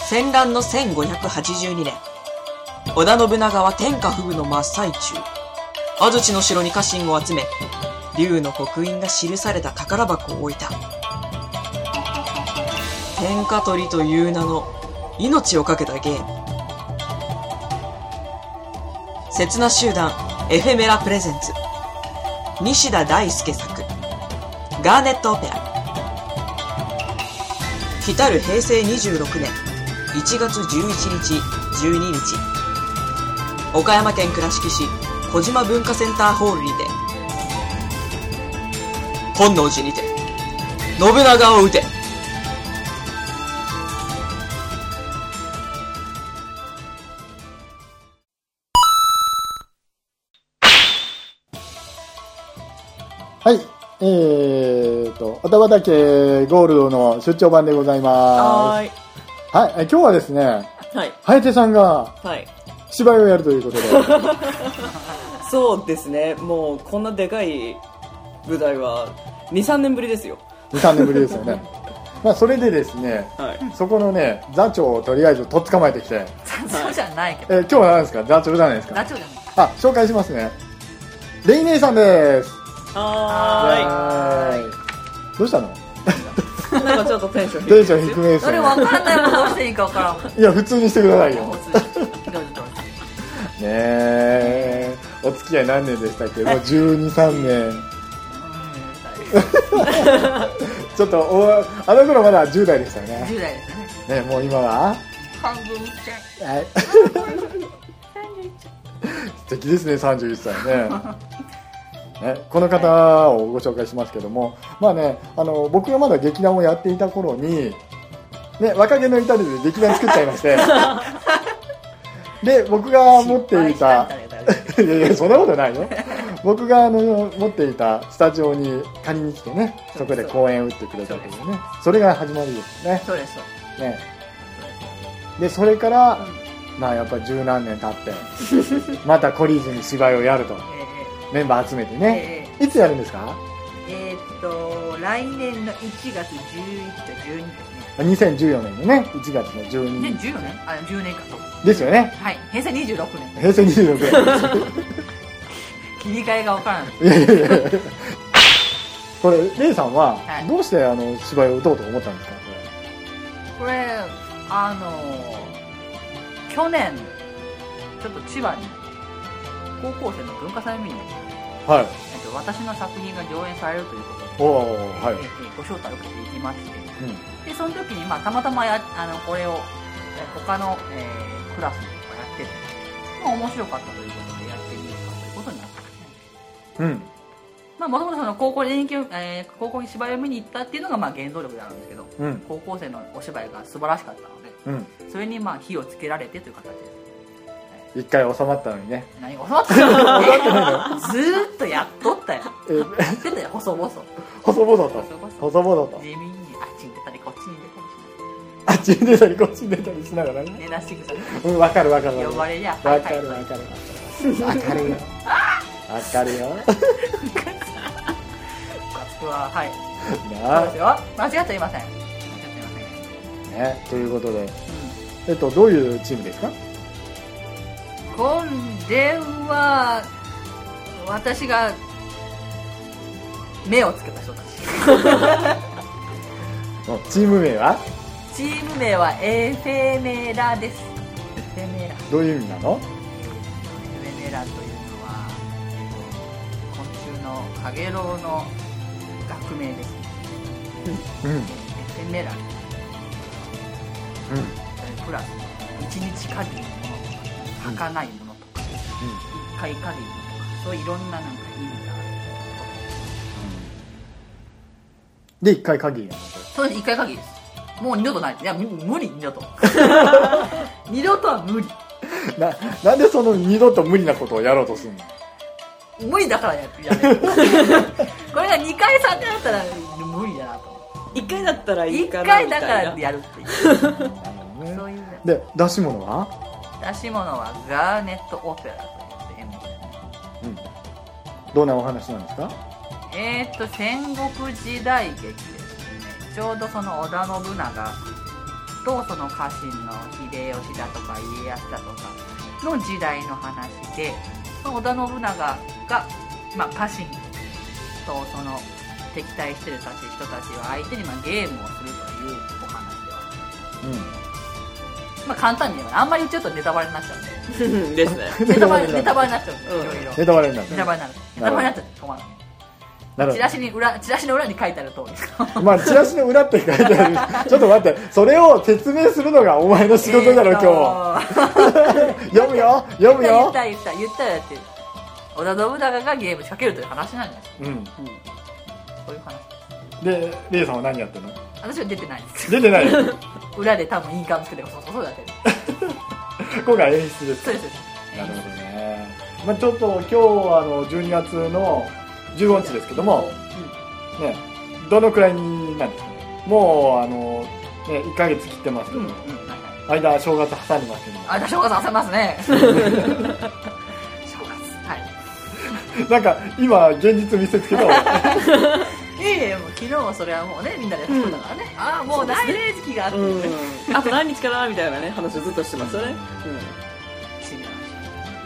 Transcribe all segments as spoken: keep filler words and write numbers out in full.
戦乱のせんごひゃくはちじゅうにねん、織田信長は天下不武の真っ最中、安土の城に家臣を集め、竜の刻印が記された宝箱を置いた。天下取りという名の命をかけたゲーム。刹那集団エフェメラプレゼンツ、西田大輔作ガーネットオペラ。来たるへいせいにじゅうろくねんいちがつじゅういちにちじゅうににち、岡山県倉敷市小島文化センターホールにて、本能寺にて信長を討て。 はい、えーと、おたばたけゴールドの出張版でございます。 はーい。 はい、え今日はですね、 はい。 はやてさんがはい。 芝居をやるということで。 そうですね。もうこんなでかい舞台はに、さんねんぶりですよ。 に、さんねんぶりですよね。まあそれでですね、はい、そこのね座長をとりあえずとっ捕まえてきて。 座長じゃないけど。 え今日は何ですか？座長じゃないですか？ 座長じゃない。 あ、紹介しますね。レイ姉さんです。 はーい。 どうしたの？ なんかちょっとテンション低い。テンション低めですよ。それ分かんないもんどうしていいか分からん。 いや普通にしてくださいよ。ねえ、お付き合い何年でしたっけ？もうじゅうに、さんねん。ちょっとおあの頃まだじゅう代でしたよね。 じゅう代でしたね。 ね、もう今は半分いっちゃい。 はい。素敵ですね、さんじゅういっさいね。ね、この方をご紹介しますけども、まあね、あの僕がまだ劇団をやっていた頃に、ね、若気の至りで劇団作っちゃいましてで僕が持っていたいやいやそんなことないよ。僕があの持っていたスタジオに借りに来てね、そこで公演を打ってくれたというね、それが始まりですね。 そうですね。でそれから、うん、まあやっぱり十何年経ってまた懲りずに芝居をやると。メンバー集めてね、えー、いつやるんですか？ えー、っと来年のいちがつじゅういちとじゅうにですね。 にせんじゅうよねんのねいちがつのじゅうににち。 にせんじゅうよねん？あ、じゅうねんかと。 ですよね。 はい、へいせいにじゅうろくねん。 へいせいにじゅうろくねん。 切り替えがわからない。 いやいやいや。これレイさんはどうしてあの芝居を打とうと思ったんですか？ これあの去年ちょっと千葉に高校生の文化祭見に行って、はい、えっと、私の作品が上演されるということで、お、はい、えー、ご招待を受けて行きまして、うん、でその時に、まあ、たまたまやあのこれを他の、えー、クラスとかやってて、まあ、面白かったということでやってみようかということになったんですね。うん。まあもともとその高校で演劇を、えー、高校に芝居を見に行ったっていうのがまあ原動力であるんですけど、うん、高校生のお芝居が素晴らしかったので、うん、それにまあ火をつけられてという形です。 一回収まったのにね。 何収まったの？ずーっとやっとったよ。やってたよ、細々。 細々と。細々と。 地味にあっちに出たりこっちに出たりしながら。あっちに出たりこっちに出たりしながらね。 ね、なしぐさ。 うん、わかるわかる。 呼ばれりゃ。 わかるわかる。わかるよ。わかるよ。 ムカつくわ、はい。そうですよ。間違ってはいません。間違ってはいません。ね、ということで、えっとどういうチームですか？ 今では私が目をつけた人たち。 チーム名は？ チーム名はエフェメラです。エフェメラ。 どういう意味なの？ エフェメラというのは昆虫のカゲロウの学名です。うん。エフェメラ。うん。プラス一日限りのもの。儚いものとか、うん、一回限りのとか、そういういろんななんか意味がある、 うん、で一回限りなの？ そうです、一回限りです。もう二度とない。いや無理、二度と二度とは無理。 ななんでその二度と無理なことをやろうとするの？無理だからやる。やめる。これが二回さん回だったら無理だなと。 一回だったらいいかな一回だからやるっていう。なるほどね。そういうで出し物は？ 出し物はガーネットオペラという演目ですね。 うん。どんなお話なんですか？ えーっと戦国時代劇ですね。ちょうどその織田信長とその家臣の秀吉だとか家康だとかの時代の話で、織田信長が、まあ、家臣とその敵対してる人たちを相手にまあゲームをするというお話では、うん、まあ簡単に言えばあんまり言っちゃうとネタバレになっちゃうんでですね。 ネタバレネタバレになっちゃうんで、いろいろネタバレになる。 ネタバレになる。ネタバレになっちゃって困る。チラシに裏チラシの裏に書いてある通りですか。 まあチラシの裏って書いてある。ちょっと待って、それを説明するのがお前の仕事だろ、今日。読むよ読むよ。 言った言った言ったよって。織田信長がゲーム仕掛けるという話なんです。うん。うん、そういう話。 で、レイさんは何やってるの？ 私は出てないです。 出てない。 裏で多分印鑑つけてそうそうそうだってる。 今回演出です。 そうです。 なるほどね。まあちょっと今日はあのじゅうにがつのじゅうごにちですけども、うん、ね、どのくらいになんですかね。もうあのねいっかげつ切ってますけど、うんうん、間正月挟んでますけども。 間正月挟みますね。正月はい。 なんか今現実見せつけたわ。 いえいえ、もう昨日はそれはもうねみんなでやってたからね、うん、ああもう大礼時期があってね、 うん、あと何日かなみたいなね話をずっとしてますよね、うん、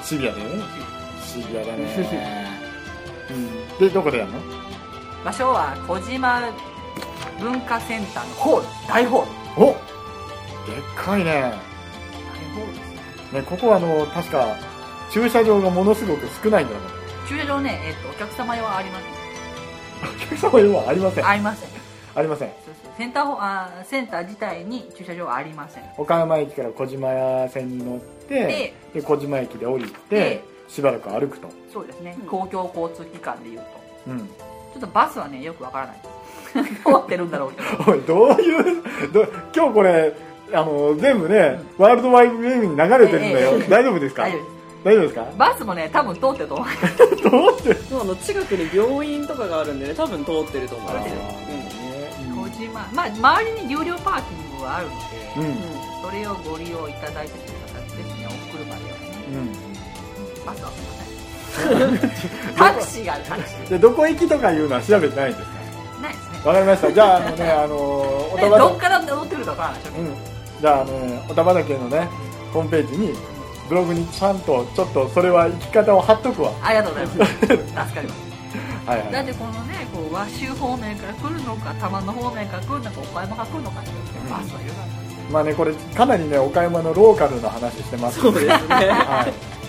シビアシビアだよねシビアだね、うん、でどこでやるの？ 場所は小島文化センターのホール、大ホール。 お、でっかいね。 大ホールですね。 ね、ここはあの確か駐車場がものすごく少ないんだよ。 駐車場ね、えっとお客様用はありません。 お客様用はありません。 ありません。 ありません。 そうそう、センターあセンター自体に駐車場はありません。 岡山駅から小島屋線に乗ってでで小島駅で降りてしばらく歩くと。 そうですね、うん、公共交通機関でいうと、うん、ちょっとバスはねよくわからない通ってるんだろうけど。 おい、どういうど今日これあの全部ね、うん、ワールドワイドウェブに流れてるんだよ、ええ、大丈夫ですか？大丈夫です。大丈夫ですか？ バスもね多分通ってると思う。 通ってる。 そう、あの近くに病院とかがあるんでね、多分通ってると思います。 小島、まあ周りに有料パーキングはあるので、うん、それをご利用いただいてという形ですね。お車ではね、うん、バスはすみません。タクシーがある。タクシーでどこ行きとかいうのは調べてないんですか？ ないですね。 わかりました。じゃああのねあのおたばどっから乗ってるかわからないでしょ、うん、じゃああのねおたばだけのねホームページにブログにちゃんとちょっとそれは生き方を貼っとくわ。 ありがとうございます。助かります。はい、はい、だってこのねこう和州方面から来るのか玉野方面から来るのか岡山から来るのかって、うん、バスはいるから。 まあねこれかなりね岡山のローカルな話してます。 そうですね。 はい。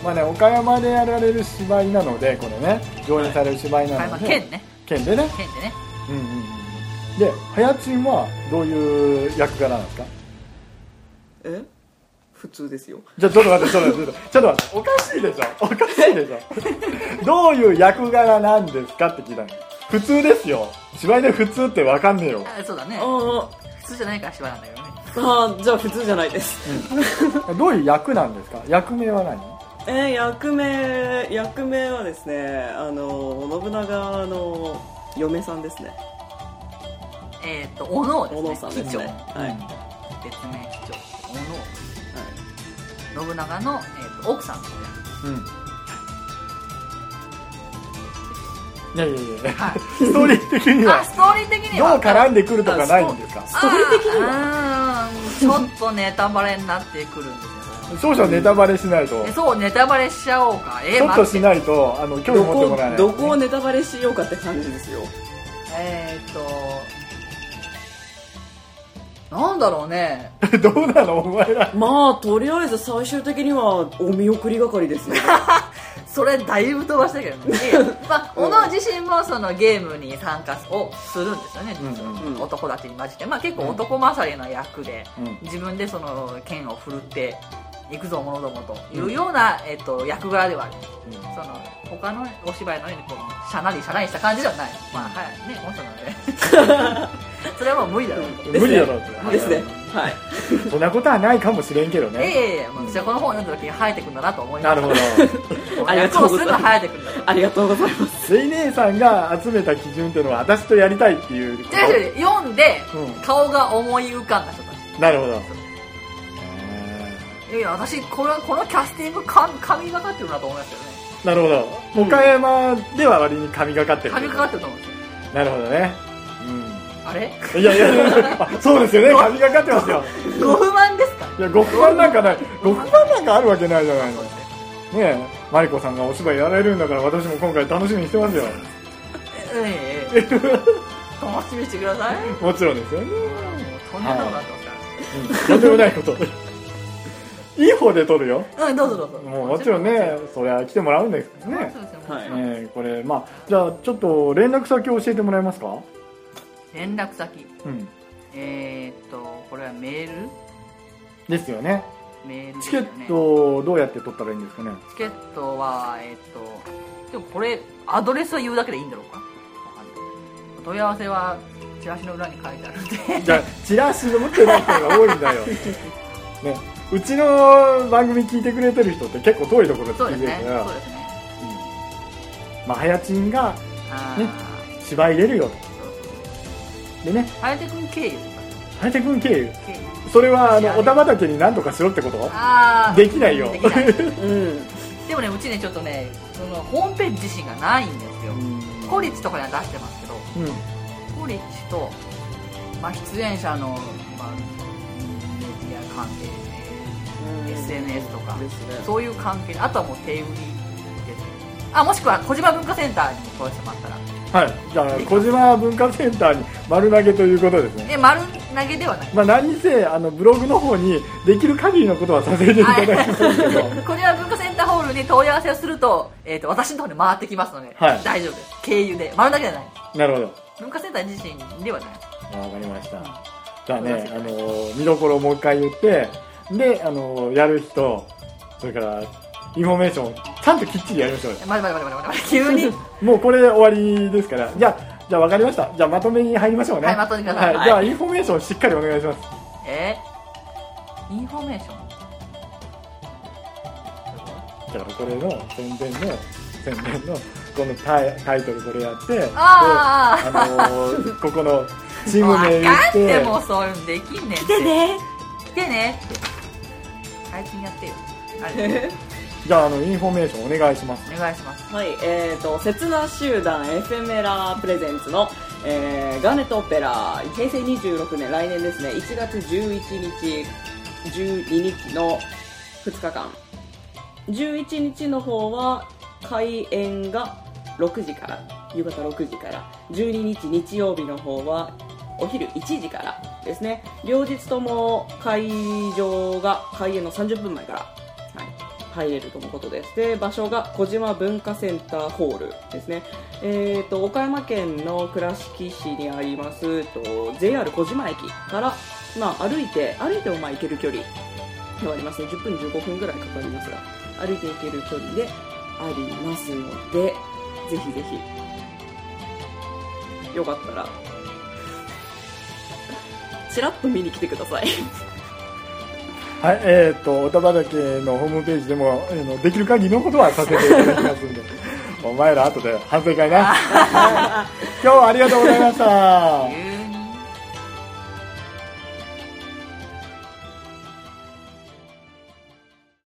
まあね岡山でやられる芝居なのでこれね上演される芝居なので、 はい、県ね。 県でね。 県でね。 うんうんうん。ではやちんはどういう役柄なんですか？ え？普通ですよ。 じゃあちょっと待ってちょっと待ってちょっと待っておかしいでしょおかしいでしょどういう役柄なんですかって聞いたの。普通ですよ。芝居で普通ってわかんねえよ。 あ、そうだね。普通じゃないから芝居なんだよね。 ああ、じゃあ普通じゃないです、 うん、どういう役なんですか？役名は何？ えー、役名役名はですね、あの信長の嫁さんですね。 えっ、ー、とおのおのさんですね。はい。 別名機長おの。信長の、えー、と奥さんですね。うん。 いやいやいや、はい、ストーリー的にはストーリー的にはどう絡んでくるとかないんですか？ ストーリー的にはちょっとネタバレになってくるんですよ。 少々ネタバレしないと。 そう、ネタバレしちゃおうか。 えー、ちょっとしないとあの興味持ってもらえない。 どこをネタバレしようかって感じですよ。 えーっとなんだろうね。 どうなのお前ら。 まあとりあえず最終的にはお見送り係ですよ。 それだいぶ飛ばしたけどね。まあ小野自身もそのゲームに参加をするんですよね、実は、うんうん、男たちに混じって、まあ、結構男勝りな役で、うん、自分でその剣を振るっていくぞ者どもというような、うん、えっと、役柄ではある、うん、その他のお芝居のようにこうシャナリシャナリした感じではない。まあはいね、もうそのねそれはもう無理だろうと。 無理だろうってですね。はい。 そんなことはないかもしれんけどね。 ええー、私はこの本を読んだ時に生えてくるんだなと思いました。なるほど。ありがとうございます。生えてくるんだ。 ありがとうございます。 レイ姉さんが集めた基準っていうのは私とやりたいっていう。 読んで、うん、顔が思い浮かんだ人たち。 なるほど。 いやいや、私これこのキャスティングか神がかってるなと思いますよね。 なるほど、うん、岡山では割に神がかってる。 神がかってると思うんですよ。 なるほどね。 うん。 あれいやいやいや、そうですよね、神がかってますよ。 ご不満ですか？ いや、ご不満なんかない。ご不満なんかあるわけないじゃないの。ねえ、マリコさんがお芝居やられるんだから、私も今回楽しみにしてますよ。 ええ楽しみにしてください。 もちろんですよね。 とんでもないことだったら。とんでもないこと。いい方で撮るよ。 うん、どうぞどうぞ。 もうもちろんね、それは来てもらうんですけどね。 はい。 ねこれ、まあ、じゃあ、ちょっと連絡先を教えてもらえますか？ 連絡先。 うん。 えーっと、これはメールですよね。 メールチケットをどうやって取ったらいいんですかね？ チケットは、えーっと、でもこれ、アドレスを言うだけでいいんだろうか？問い合わせは、チラシの裏に書いてあるんで。 じゃあ、チラシ持ってない人が多いんだよ。ね。うちの番組聞いてくれてる人って結構遠いところで聞いてるから、そうですね。うん、まあ、はやちんが、ね、芝居入れるよと。でね。 はやてくん経由とか。 はやてくん経由。それは、あの、おたま畑に何とかしろってこと？あできないよ。できない。 うん。でもね、うちね、ちょっとね、その、ホームページ自身がないんですよ。コリッチとかには出してますけど、うん、コリッチと、まあ、出演者の、まあ、メディア関係、エスエヌエス とか、ね、そういう関係、あとはもう手売りです。あ、もしくは小島文化センターに問い合わせてもらったら。 はい、じゃあ小島文化センターに丸投げということですね。 え、丸投げではない。 まあ何せあのブログの方にできる限りのことはさせていただきますけど。 小島文化センターホールに問い合わせをすると、えっと私の方に回ってきますので、はい、大丈夫です。経由で丸投げじゃない。 なるほど。 文化センター自身ではない。 わかりました。じゃあね、あの見どころをもう一回言って、であのやる人、それからインフォメーションちゃんときっちりやりましょうよ。 待って待って待って待って急にもうこれ終わりですから。じゃあじゃあ分かりました。じゃあまとめに入りましょうね。 はい、まとめてください。 はい、じゃあインフォメーションしっかりお願いします。 えー、インフォメーションだからこれの宣伝の宣伝のこのタイ、タイトルこれやって、 ああのー、ここのチーム名言って、 分かってもそういうのできんねん。来てね来てねって最近やってよ。あれじゃあ、あのインフォメーションお願いします。 お願いします。 はい、えーと刹那集団エフェメラプレゼンツの、えー、ガーネットオペラへいせいにじゅうろくねん来年ですねいちがつじゅういちにちじゅうににちのふつかかん、じゅういちにちの方は開演がろくじから夕方ろくじから、じゅうににち日曜日の方はお昼いちじからですね。両日とも会場が開演のさんじゅっぷんまえから、はい、入れるとのことです。で、場所が小島文化センターホールですね。えーと、岡山県の倉敷市にありますと ジェイアール 小島駅から、まあ、歩いて歩いてもまあ行ける距離ではありますね。じゅっぷんじゅうごふんぐらいかかりますが、歩いて行ける距離でありますので、ぜひぜひよかったらちらっと見に来てください。 はい、えー、とおたばだけのホームページでも、えー、できる限りのことはさせていただきますんでお前ら後で反省会な今日はありがとうございました。